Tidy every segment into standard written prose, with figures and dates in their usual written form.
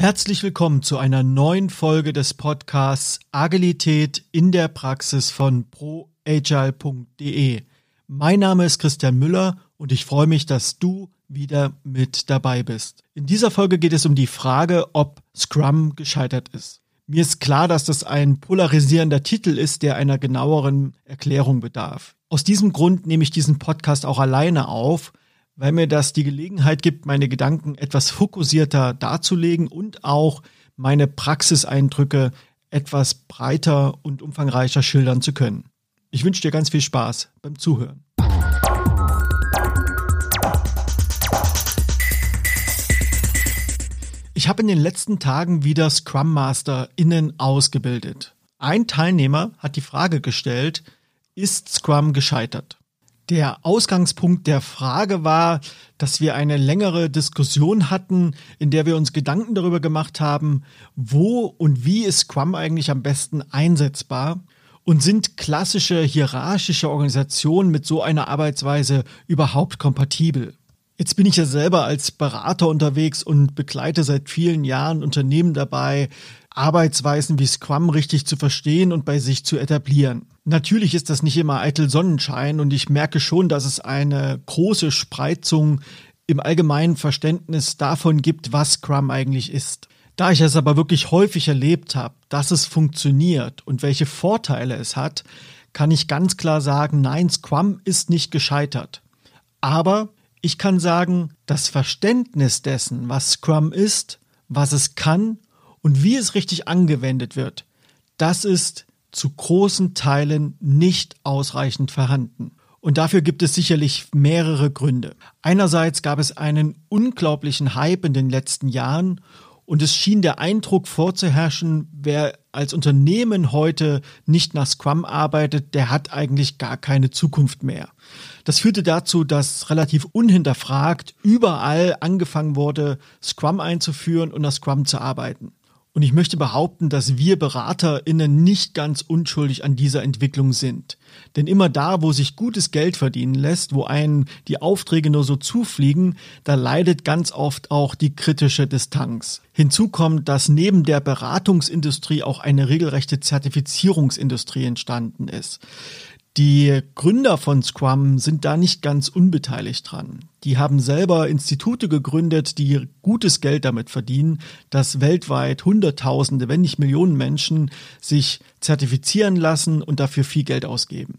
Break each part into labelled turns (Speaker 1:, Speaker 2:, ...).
Speaker 1: Herzlich willkommen zu einer neuen Folge des Podcasts Agilität in der Praxis von proagile.de. Mein Name ist Christian Müller und ich freue mich, dass du wieder mit dabei bist. In dieser Folge geht es um die Frage, ob Scrum gescheitert ist. Mir ist klar, dass das ein polarisierender Titel ist, der einer genaueren Erklärung bedarf. Aus diesem Grund nehme ich diesen Podcast auch alleine auf, weil mir das die Gelegenheit gibt, meine Gedanken etwas fokussierter darzulegen und auch meine Praxiseindrücke etwas breiter und umfangreicher schildern zu können. Ich wünsche dir ganz viel Spaß beim Zuhören. Ich habe in den letzten Tagen wieder Scrum MasterInnen ausgebildet. Ein Teilnehmer hat die Frage gestellt, ist Scrum gescheitert? Der Ausgangspunkt der Frage war, dass wir eine längere Diskussion hatten, in der wir uns Gedanken darüber gemacht haben, wo und wie ist Scrum eigentlich am besten einsetzbar und sind klassische hierarchische Organisationen mit so einer Arbeitsweise überhaupt kompatibel? Jetzt bin ich ja selber als Berater unterwegs und begleite seit vielen Jahren Unternehmen dabei, Arbeitsweisen wie Scrum richtig zu verstehen und bei sich zu etablieren. Natürlich ist das nicht immer eitel Sonnenschein und ich merke schon, dass es eine große Spreizung im allgemeinen Verständnis davon gibt, was Scrum eigentlich ist. Da ich es aber wirklich häufig erlebt habe, dass es funktioniert und welche Vorteile es hat, kann ich ganz klar sagen, nein, Scrum ist nicht gescheitert. Aber ich kann sagen, das Verständnis dessen, was Scrum ist, was es kann und wie es richtig angewendet wird, das ist zu großen Teilen nicht ausreichend vorhanden. Und dafür gibt es sicherlich mehrere Gründe. Einerseits gab es einen unglaublichen Hype in den letzten Jahren und es schien der Eindruck vorzuherrschen, wer als Unternehmen heute nicht nach Scrum arbeitet, der hat eigentlich gar keine Zukunft mehr. Das führte dazu, dass relativ unhinterfragt überall angefangen wurde, Scrum einzuführen und nach Scrum zu arbeiten. Und ich möchte behaupten, dass wir BeraterInnen nicht ganz unschuldig an dieser Entwicklung sind. Denn immer da, wo sich gutes Geld verdienen lässt, wo einen die Aufträge nur so zufliegen, da leidet ganz oft auch die kritische Distanz. Hinzu kommt, dass neben der Beratungsindustrie auch eine regelrechte Zertifizierungsindustrie entstanden ist. Die Gründer von Scrum sind da nicht ganz unbeteiligt dran. Die haben selber Institute gegründet, die gutes Geld damit verdienen, dass weltweit Hunderttausende, wenn nicht Millionen Menschen sich zertifizieren lassen und dafür viel Geld ausgeben.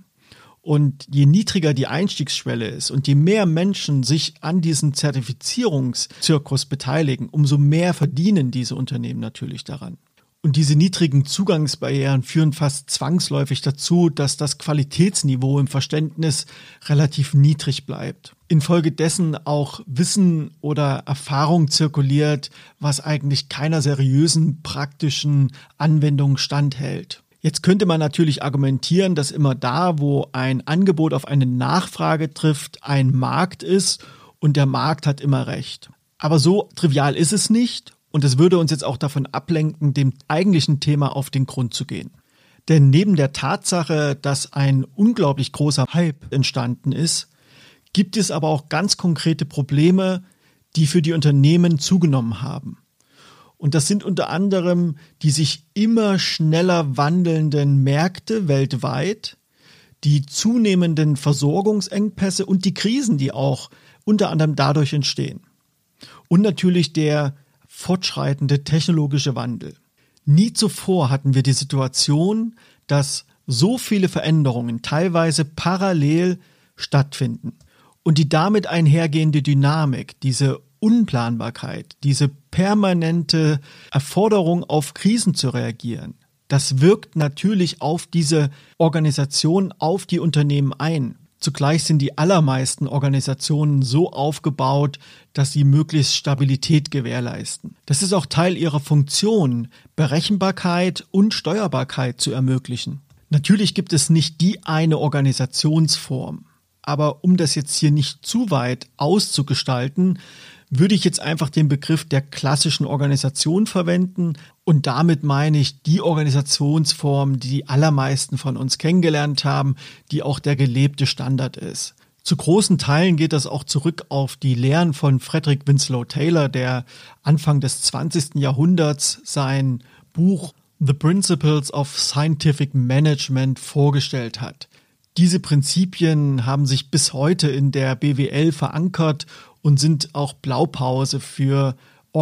Speaker 1: Und je niedriger die Einstiegsschwelle ist und je mehr Menschen sich an diesem Zertifizierungszirkus beteiligen, umso mehr verdienen diese Unternehmen natürlich daran. Und diese niedrigen Zugangsbarrieren führen fast zwangsläufig dazu, dass das Qualitätsniveau im Verständnis relativ niedrig bleibt. Infolgedessen auch Wissen oder Erfahrung zirkuliert, was eigentlich keiner seriösen praktischen Anwendung standhält. Jetzt könnte man natürlich argumentieren, dass immer da, wo ein Angebot auf eine Nachfrage trifft, ein Markt ist und der Markt hat immer recht. Aber so trivial ist es nicht. Und es würde uns jetzt auch davon ablenken, dem eigentlichen Thema auf den Grund zu gehen. Denn neben der Tatsache, dass ein unglaublich großer Hype entstanden ist, gibt es aber auch ganz konkrete Probleme, die für die Unternehmen zugenommen haben. Und das sind unter anderem die sich immer schneller wandelnden Märkte weltweit, die zunehmenden Versorgungsengpässe und die Krisen, die auch unter anderem dadurch entstehen. Und natürlich der fortschreitende technologische Wandel. Nie zuvor hatten wir die Situation, dass so viele Veränderungen teilweise parallel stattfinden und die damit einhergehende Dynamik, diese Unplanbarkeit, diese permanente Erforderung, auf Krisen zu reagieren, das wirkt natürlich auf diese Organisation, auf die Unternehmen ein. Zugleich sind die allermeisten Organisationen so aufgebaut, dass sie möglichst Stabilität gewährleisten. Das ist auch Teil ihrer Funktion, Berechenbarkeit und Steuerbarkeit zu ermöglichen. Natürlich gibt es nicht die eine Organisationsform, aber um das jetzt hier nicht zu weit auszugestalten, würde ich jetzt einfach den Begriff der klassischen Organisation verwenden und damit meine ich die Organisationsform, die die allermeisten von uns kennengelernt haben, die auch der gelebte Standard ist. Zu großen Teilen geht das auch zurück auf die Lehren von Frederick Winslow Taylor, der Anfang des 20. Jahrhunderts sein Buch The Principles of Scientific Management vorgestellt hat. Diese Prinzipien haben sich bis heute in der BWL verankert und sind auch Blaupause für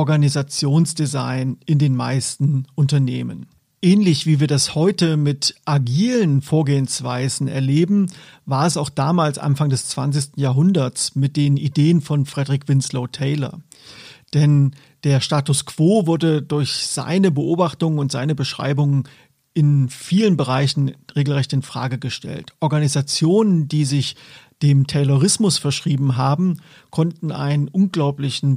Speaker 1: Organisationsdesign in den meisten Unternehmen. Ähnlich wie wir das heute mit agilen Vorgehensweisen erleben, war es auch damals Anfang des 20. Jahrhunderts mit den Ideen von Frederick Winslow Taylor. Denn der Status quo wurde durch seine Beobachtungen und seine Beschreibungen in vielen Bereichen regelrecht in Frage gestellt. Organisationen, die sich dem Taylorismus verschrieben haben, konnten einen unglaublichen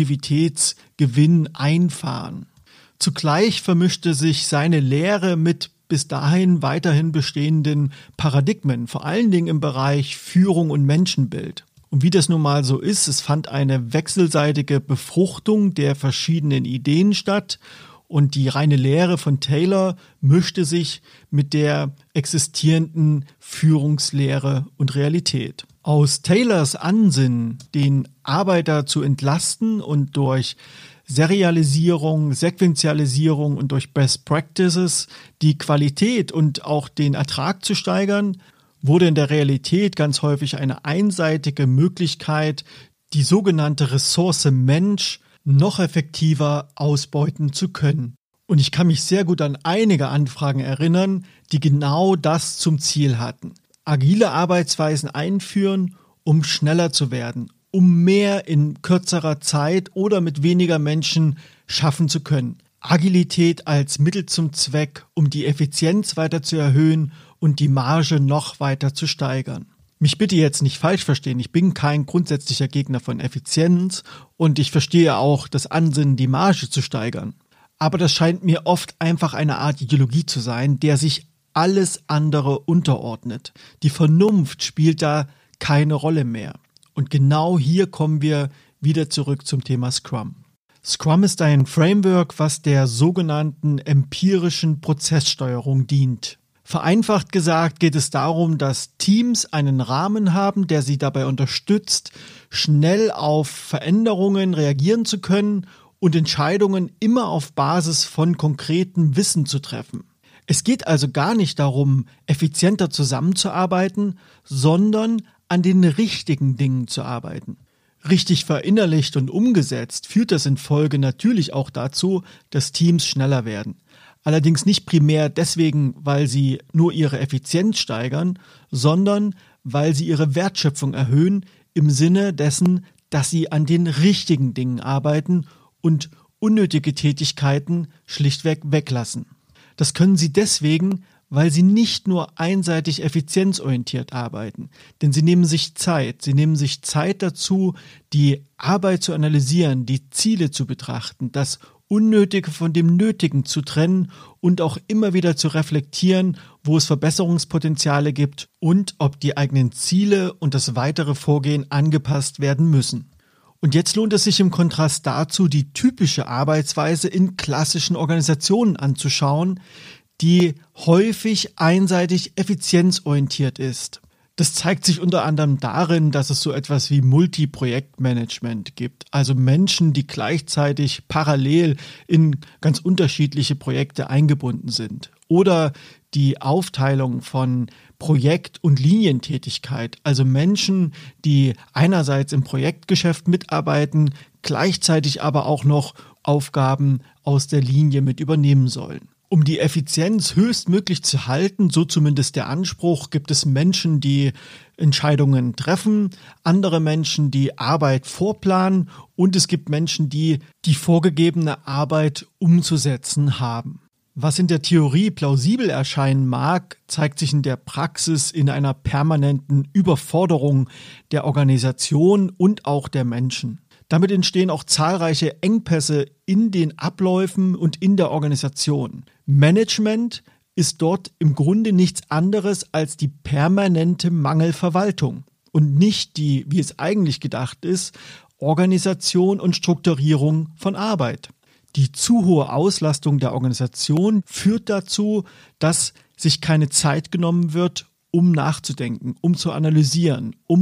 Speaker 1: Produktivitätsgewinn einfahren. Zugleich vermischte sich seine Lehre mit bis dahin weiterhin bestehenden Paradigmen, vor allen Dingen im Bereich Führung und Menschenbild. Und wie das nun mal so ist, es fand eine wechselseitige Befruchtung der verschiedenen Ideen statt und die reine Lehre von Taylor mischte sich mit der existierenden Führungslehre und Realität. Aus Taylors Ansinnen, den Arbeiter zu entlasten und durch Serialisierung, Sequentialisierung und durch Best Practices die Qualität und auch den Ertrag zu steigern, wurde in der Realität ganz häufig eine einseitige Möglichkeit, die sogenannte Ressource Mensch noch effektiver ausbeuten zu können. Und ich kann mich sehr gut an einige Anfragen erinnern, die genau das zum Ziel hatten. Agile Arbeitsweisen einführen, um schneller zu werden, um mehr in kürzerer Zeit oder mit weniger Menschen schaffen zu können. Agilität als Mittel zum Zweck, um die Effizienz weiter zu erhöhen und die Marge noch weiter zu steigern. Mich bitte jetzt nicht falsch verstehen, ich bin kein grundsätzlicher Gegner von Effizienz und ich verstehe auch das Ansinnen, die Marge zu steigern. Aber das scheint mir oft einfach eine Art Ideologie zu sein, der sich alles andere unterordnet. Die Vernunft spielt da keine Rolle mehr. Und genau hier kommen wir wieder zurück zum Thema Scrum. Scrum ist ein Framework, was der sogenannten empirischen Prozesssteuerung dient. Vereinfacht gesagt geht es darum, dass Teams einen Rahmen haben, der sie dabei unterstützt, schnell auf Veränderungen reagieren zu können und Entscheidungen immer auf Basis von konkretem Wissen zu treffen. Es geht also gar nicht darum, effizienter zusammenzuarbeiten, sondern an den richtigen Dingen zu arbeiten. Richtig verinnerlicht und umgesetzt führt das in Folge natürlich auch dazu, dass Teams schneller werden. Allerdings nicht primär deswegen, weil sie nur ihre Effizienz steigern, sondern weil sie ihre Wertschöpfung erhöhen im Sinne dessen, dass sie an den richtigen Dingen arbeiten und unnötige Tätigkeiten schlichtweg weglassen. Das können sie deswegen, weil sie nicht nur einseitig effizienzorientiert arbeiten, denn sie nehmen sich Zeit. Sie nehmen sich Zeit dazu, die Arbeit zu analysieren, die Ziele zu betrachten, das Unnötige von dem Nötigen zu trennen und auch immer wieder zu reflektieren, wo es Verbesserungspotenziale gibt und ob die eigenen Ziele und das weitere Vorgehen angepasst werden müssen. Und jetzt lohnt es sich im Kontrast dazu, die typische Arbeitsweise in klassischen Organisationen anzuschauen, die häufig einseitig effizienzorientiert ist. Das zeigt sich unter anderem darin, dass es so etwas wie Multi-Projektmanagement gibt, also Menschen, die gleichzeitig parallel in ganz unterschiedliche Projekte eingebunden sind. Oder die Aufteilung von Projekt- und Linientätigkeit, also Menschen, die einerseits im Projektgeschäft mitarbeiten, gleichzeitig aber auch noch Aufgaben aus der Linie mit übernehmen sollen. Um die Effizienz höchstmöglich zu halten, so zumindest der Anspruch, gibt es Menschen, die Entscheidungen treffen, andere Menschen, die Arbeit vorplanen und es gibt Menschen, die die vorgegebene Arbeit umzusetzen haben. Was in der Theorie plausibel erscheinen mag, zeigt sich in der Praxis in einer permanenten Überforderung der Organisation und auch der Menschen. Damit entstehen auch zahlreiche Engpässe in den Abläufen und in der Organisation. Management ist dort im Grunde nichts anderes als die permanente Mangelverwaltung und nicht die, wie es eigentlich gedacht ist, Organisation und Strukturierung von Arbeit. Die zu hohe Auslastung der Organisation führt dazu, dass sich keine Zeit genommen wird, um nachzudenken, um zu analysieren, um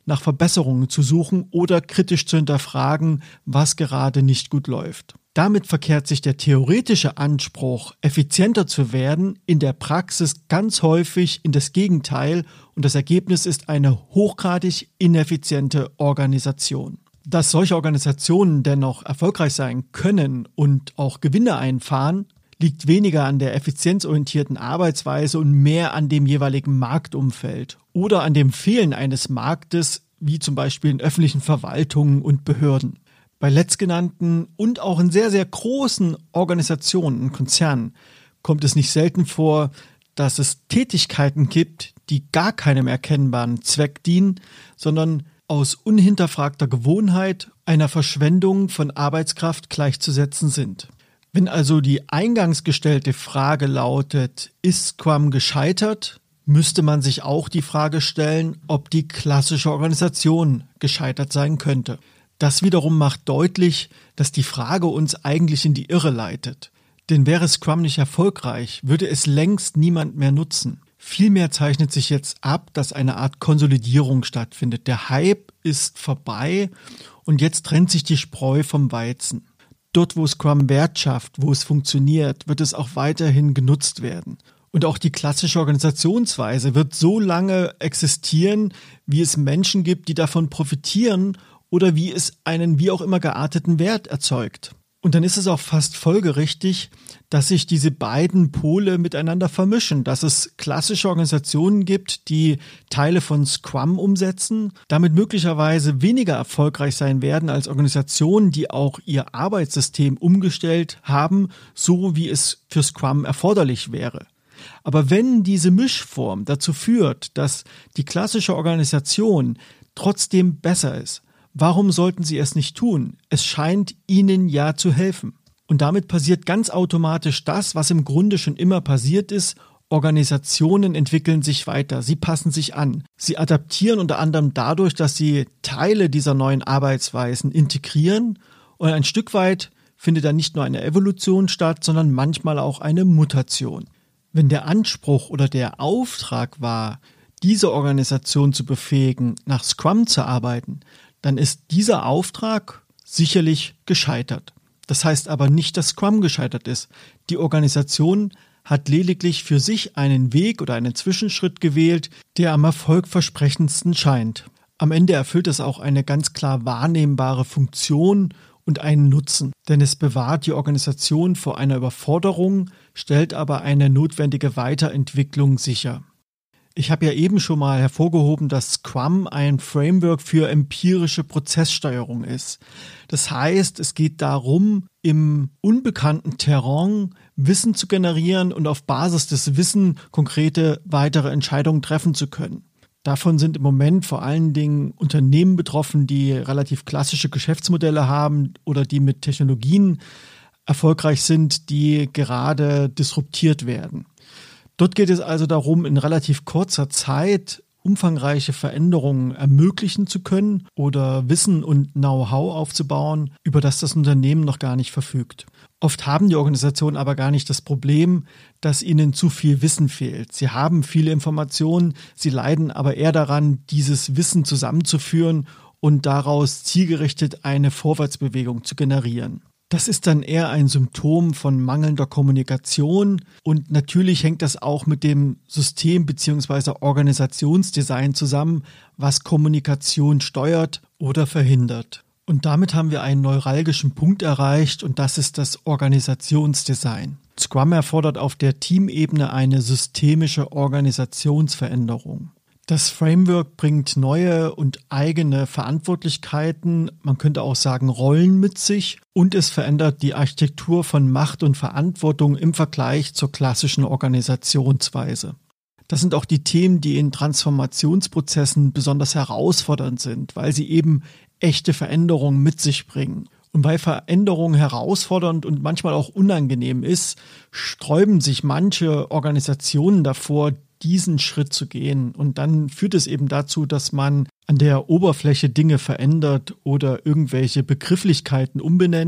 Speaker 1: nach Verbesserungen zu suchen oder kritisch zu hinterfragen, was gerade nicht gut läuft. Damit verkehrt sich der theoretische Anspruch, effizienter zu werden, in der Praxis ganz häufig in das Gegenteil und das Ergebnis ist eine hochgradig ineffiziente Organisation. Dass solche Organisationen dennoch erfolgreich sein können und auch Gewinne einfahren, liegt weniger an der effizienzorientierten Arbeitsweise und mehr an dem jeweiligen Marktumfeld oder an dem Fehlen eines Marktes, wie zum Beispiel in öffentlichen Verwaltungen und Behörden. Bei letztgenannten und auch in sehr, sehr großen Organisationen und Konzernen kommt es nicht selten vor, dass es Tätigkeiten gibt, die gar keinem erkennbaren Zweck dienen, sondern aus unhinterfragter Gewohnheit einer Verschwendung von Arbeitskraft gleichzusetzen sind. Wenn also die eingangs gestellte Frage lautet, ist Scrum gescheitert, müsste man sich auch die Frage stellen, ob die klassische Organisation gescheitert sein könnte. Das wiederum macht deutlich, dass die Frage uns eigentlich in die Irre leitet. Denn wäre Scrum nicht erfolgreich, würde es längst niemand mehr nutzen. Vielmehr zeichnet sich jetzt ab, dass eine Art Konsolidierung stattfindet. Der Hype ist vorbei und jetzt trennt sich die Spreu vom Weizen. Dort, wo Scrum Wert schafft, wo es funktioniert, wird es auch weiterhin genutzt werden. Und auch die klassische Organisationsweise wird so lange existieren, wie es Menschen gibt, die davon profitieren oder wie es einen wie auch immer gearteten Wert erzeugt. Und dann ist es auch fast folgerichtig, dass sich diese beiden Pole miteinander vermischen, dass es klassische Organisationen gibt, die Teile von Scrum umsetzen, damit möglicherweise weniger erfolgreich sein werden als Organisationen, die auch ihr Arbeitssystem umgestellt haben, so wie es für Scrum erforderlich wäre. Aber wenn diese Mischform dazu führt, dass die klassische Organisation trotzdem besser ist, warum sollten sie es nicht tun? Es scheint ihnen ja zu helfen. Und damit passiert ganz automatisch das, was im Grunde schon immer passiert ist. Organisationen entwickeln sich weiter, sie passen sich an. Sie adaptieren unter anderem dadurch, dass sie Teile dieser neuen Arbeitsweisen integrieren und ein Stück weit findet dann nicht nur eine Evolution statt, sondern manchmal auch eine Mutation. Wenn der Anspruch oder der Auftrag war, diese Organisation zu befähigen, nach Scrum zu arbeiten, dann ist dieser Auftrag sicherlich gescheitert. Das heißt aber nicht, dass Scrum gescheitert ist. Die Organisation hat lediglich für sich einen Weg oder einen Zwischenschritt gewählt, der am erfolgversprechendsten scheint. Am Ende erfüllt es auch eine ganz klar wahrnehmbare Funktion und einen Nutzen, denn es bewahrt die Organisation vor einer Überforderung, stellt aber eine notwendige Weiterentwicklung sicher. Ich habe ja eben schon mal hervorgehoben, dass Scrum ein Framework für empirische Prozesssteuerung ist. Das heißt, es geht darum, im unbekannten Terrain Wissen zu generieren und auf Basis des Wissens konkrete weitere Entscheidungen treffen zu können. Davon sind im Moment vor allen Dingen Unternehmen betroffen, die relativ klassische Geschäftsmodelle haben oder die mit Technologien erfolgreich sind, die gerade disruptiert werden. Dort geht es also darum, in relativ kurzer Zeit umfangreiche Veränderungen ermöglichen zu können oder Wissen und Know-how aufzubauen, über das Unternehmen noch gar nicht verfügt. Oft haben die Organisationen aber gar nicht das Problem, dass ihnen zu viel Wissen fehlt. Sie haben viele Informationen, sie leiden aber eher daran, dieses Wissen zusammenzuführen und daraus zielgerichtet eine Vorwärtsbewegung zu generieren. Das ist dann eher ein Symptom von mangelnder Kommunikation und natürlich hängt das auch mit dem System bzw. Organisationsdesign zusammen, was Kommunikation steuert oder verhindert. Und damit haben wir einen neuralgischen Punkt erreicht und das ist das Organisationsdesign. Scrum erfordert auf der Teamebene eine systemische Organisationsveränderung. Das Framework bringt neue und eigene Verantwortlichkeiten, man könnte auch sagen Rollen mit sich und es verändert die Architektur von Macht und Verantwortung im Vergleich zur klassischen Organisationsweise. Das sind auch die Themen, die in Transformationsprozessen besonders herausfordernd sind, weil sie eben echte Veränderungen mit sich bringen. Und weil Veränderung herausfordernd und manchmal auch unangenehm ist, sträuben sich manche Organisationen davor, diesen Schritt zu gehen. Und dann führt es eben dazu, dass man an der Oberfläche Dinge verändert oder irgendwelche Begrifflichkeiten umbenennt.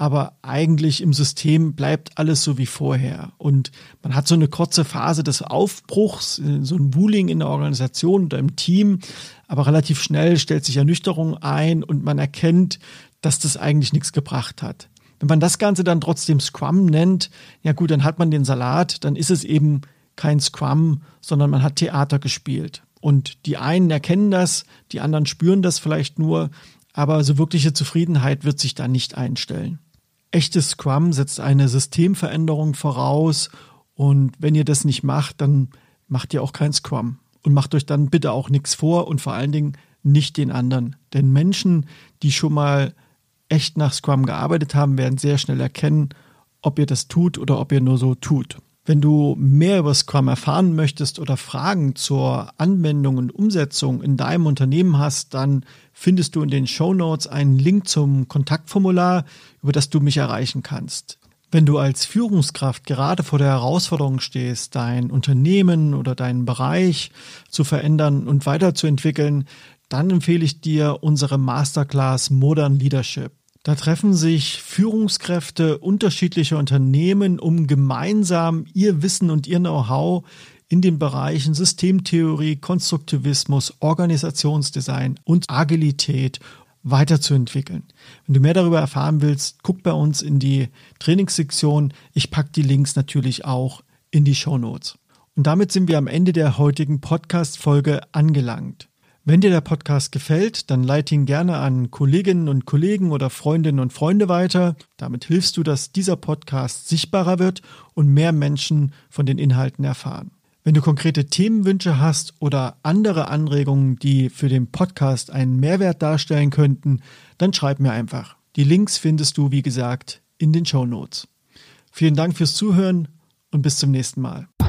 Speaker 1: aber eigentlich im System bleibt alles so wie vorher. Und man hat so eine kurze Phase des Aufbruchs, so ein Wooling in der Organisation oder im Team, aber relativ schnell stellt sich Ernüchterung ein und man erkennt, dass das eigentlich nichts gebracht hat. Wenn man das Ganze dann trotzdem Scrum nennt, ja gut, dann hat man den Salat, dann ist es eben kein Scrum, sondern man hat Theater gespielt. Und die einen erkennen das, die anderen spüren das vielleicht nur, aber so wirkliche Zufriedenheit wird sich da nicht einstellen. Echtes Scrum setzt eine Systemveränderung voraus und wenn ihr das nicht macht, dann macht ihr auch kein Scrum. Und macht euch dann bitte auch nichts vor und vor allen Dingen nicht den anderen. Denn Menschen, die schon mal echt nach Scrum gearbeitet haben, werden sehr schnell erkennen, ob ihr das tut oder ob ihr nur so tut. Wenn du mehr über Scrum erfahren möchtest oder Fragen zur Anwendung und Umsetzung in deinem Unternehmen hast, dann findest du in den Shownotes einen Link zum Kontaktformular, über das du mich erreichen kannst. Wenn du als Führungskraft gerade vor der Herausforderung stehst, dein Unternehmen oder deinen Bereich zu verändern und weiterzuentwickeln, dann empfehle ich dir unsere Masterclass Modern Leadership. Da treffen sich Führungskräfte unterschiedlicher Unternehmen, um gemeinsam ihr Wissen und ihr Know-how in den Bereichen Systemtheorie, Konstruktivismus, Organisationsdesign und Agilität weiterzuentwickeln. Wenn du mehr darüber erfahren willst, guck bei uns in die Trainingssektion. Ich packe die Links natürlich auch in die Shownotes. Und damit sind wir am Ende der heutigen Podcast-Folge angelangt. Wenn dir der Podcast gefällt, dann leite ihn gerne an Kolleginnen und Kollegen oder Freundinnen und Freunde weiter. Damit hilfst du, dass dieser Podcast sichtbarer wird und mehr Menschen von den Inhalten erfahren. Wenn du konkrete Themenwünsche hast oder andere Anregungen, die für den Podcast einen Mehrwert darstellen könnten, dann schreib mir einfach. Die Links findest du, wie gesagt, in den Shownotes. Vielen Dank fürs Zuhören und bis zum nächsten Mal.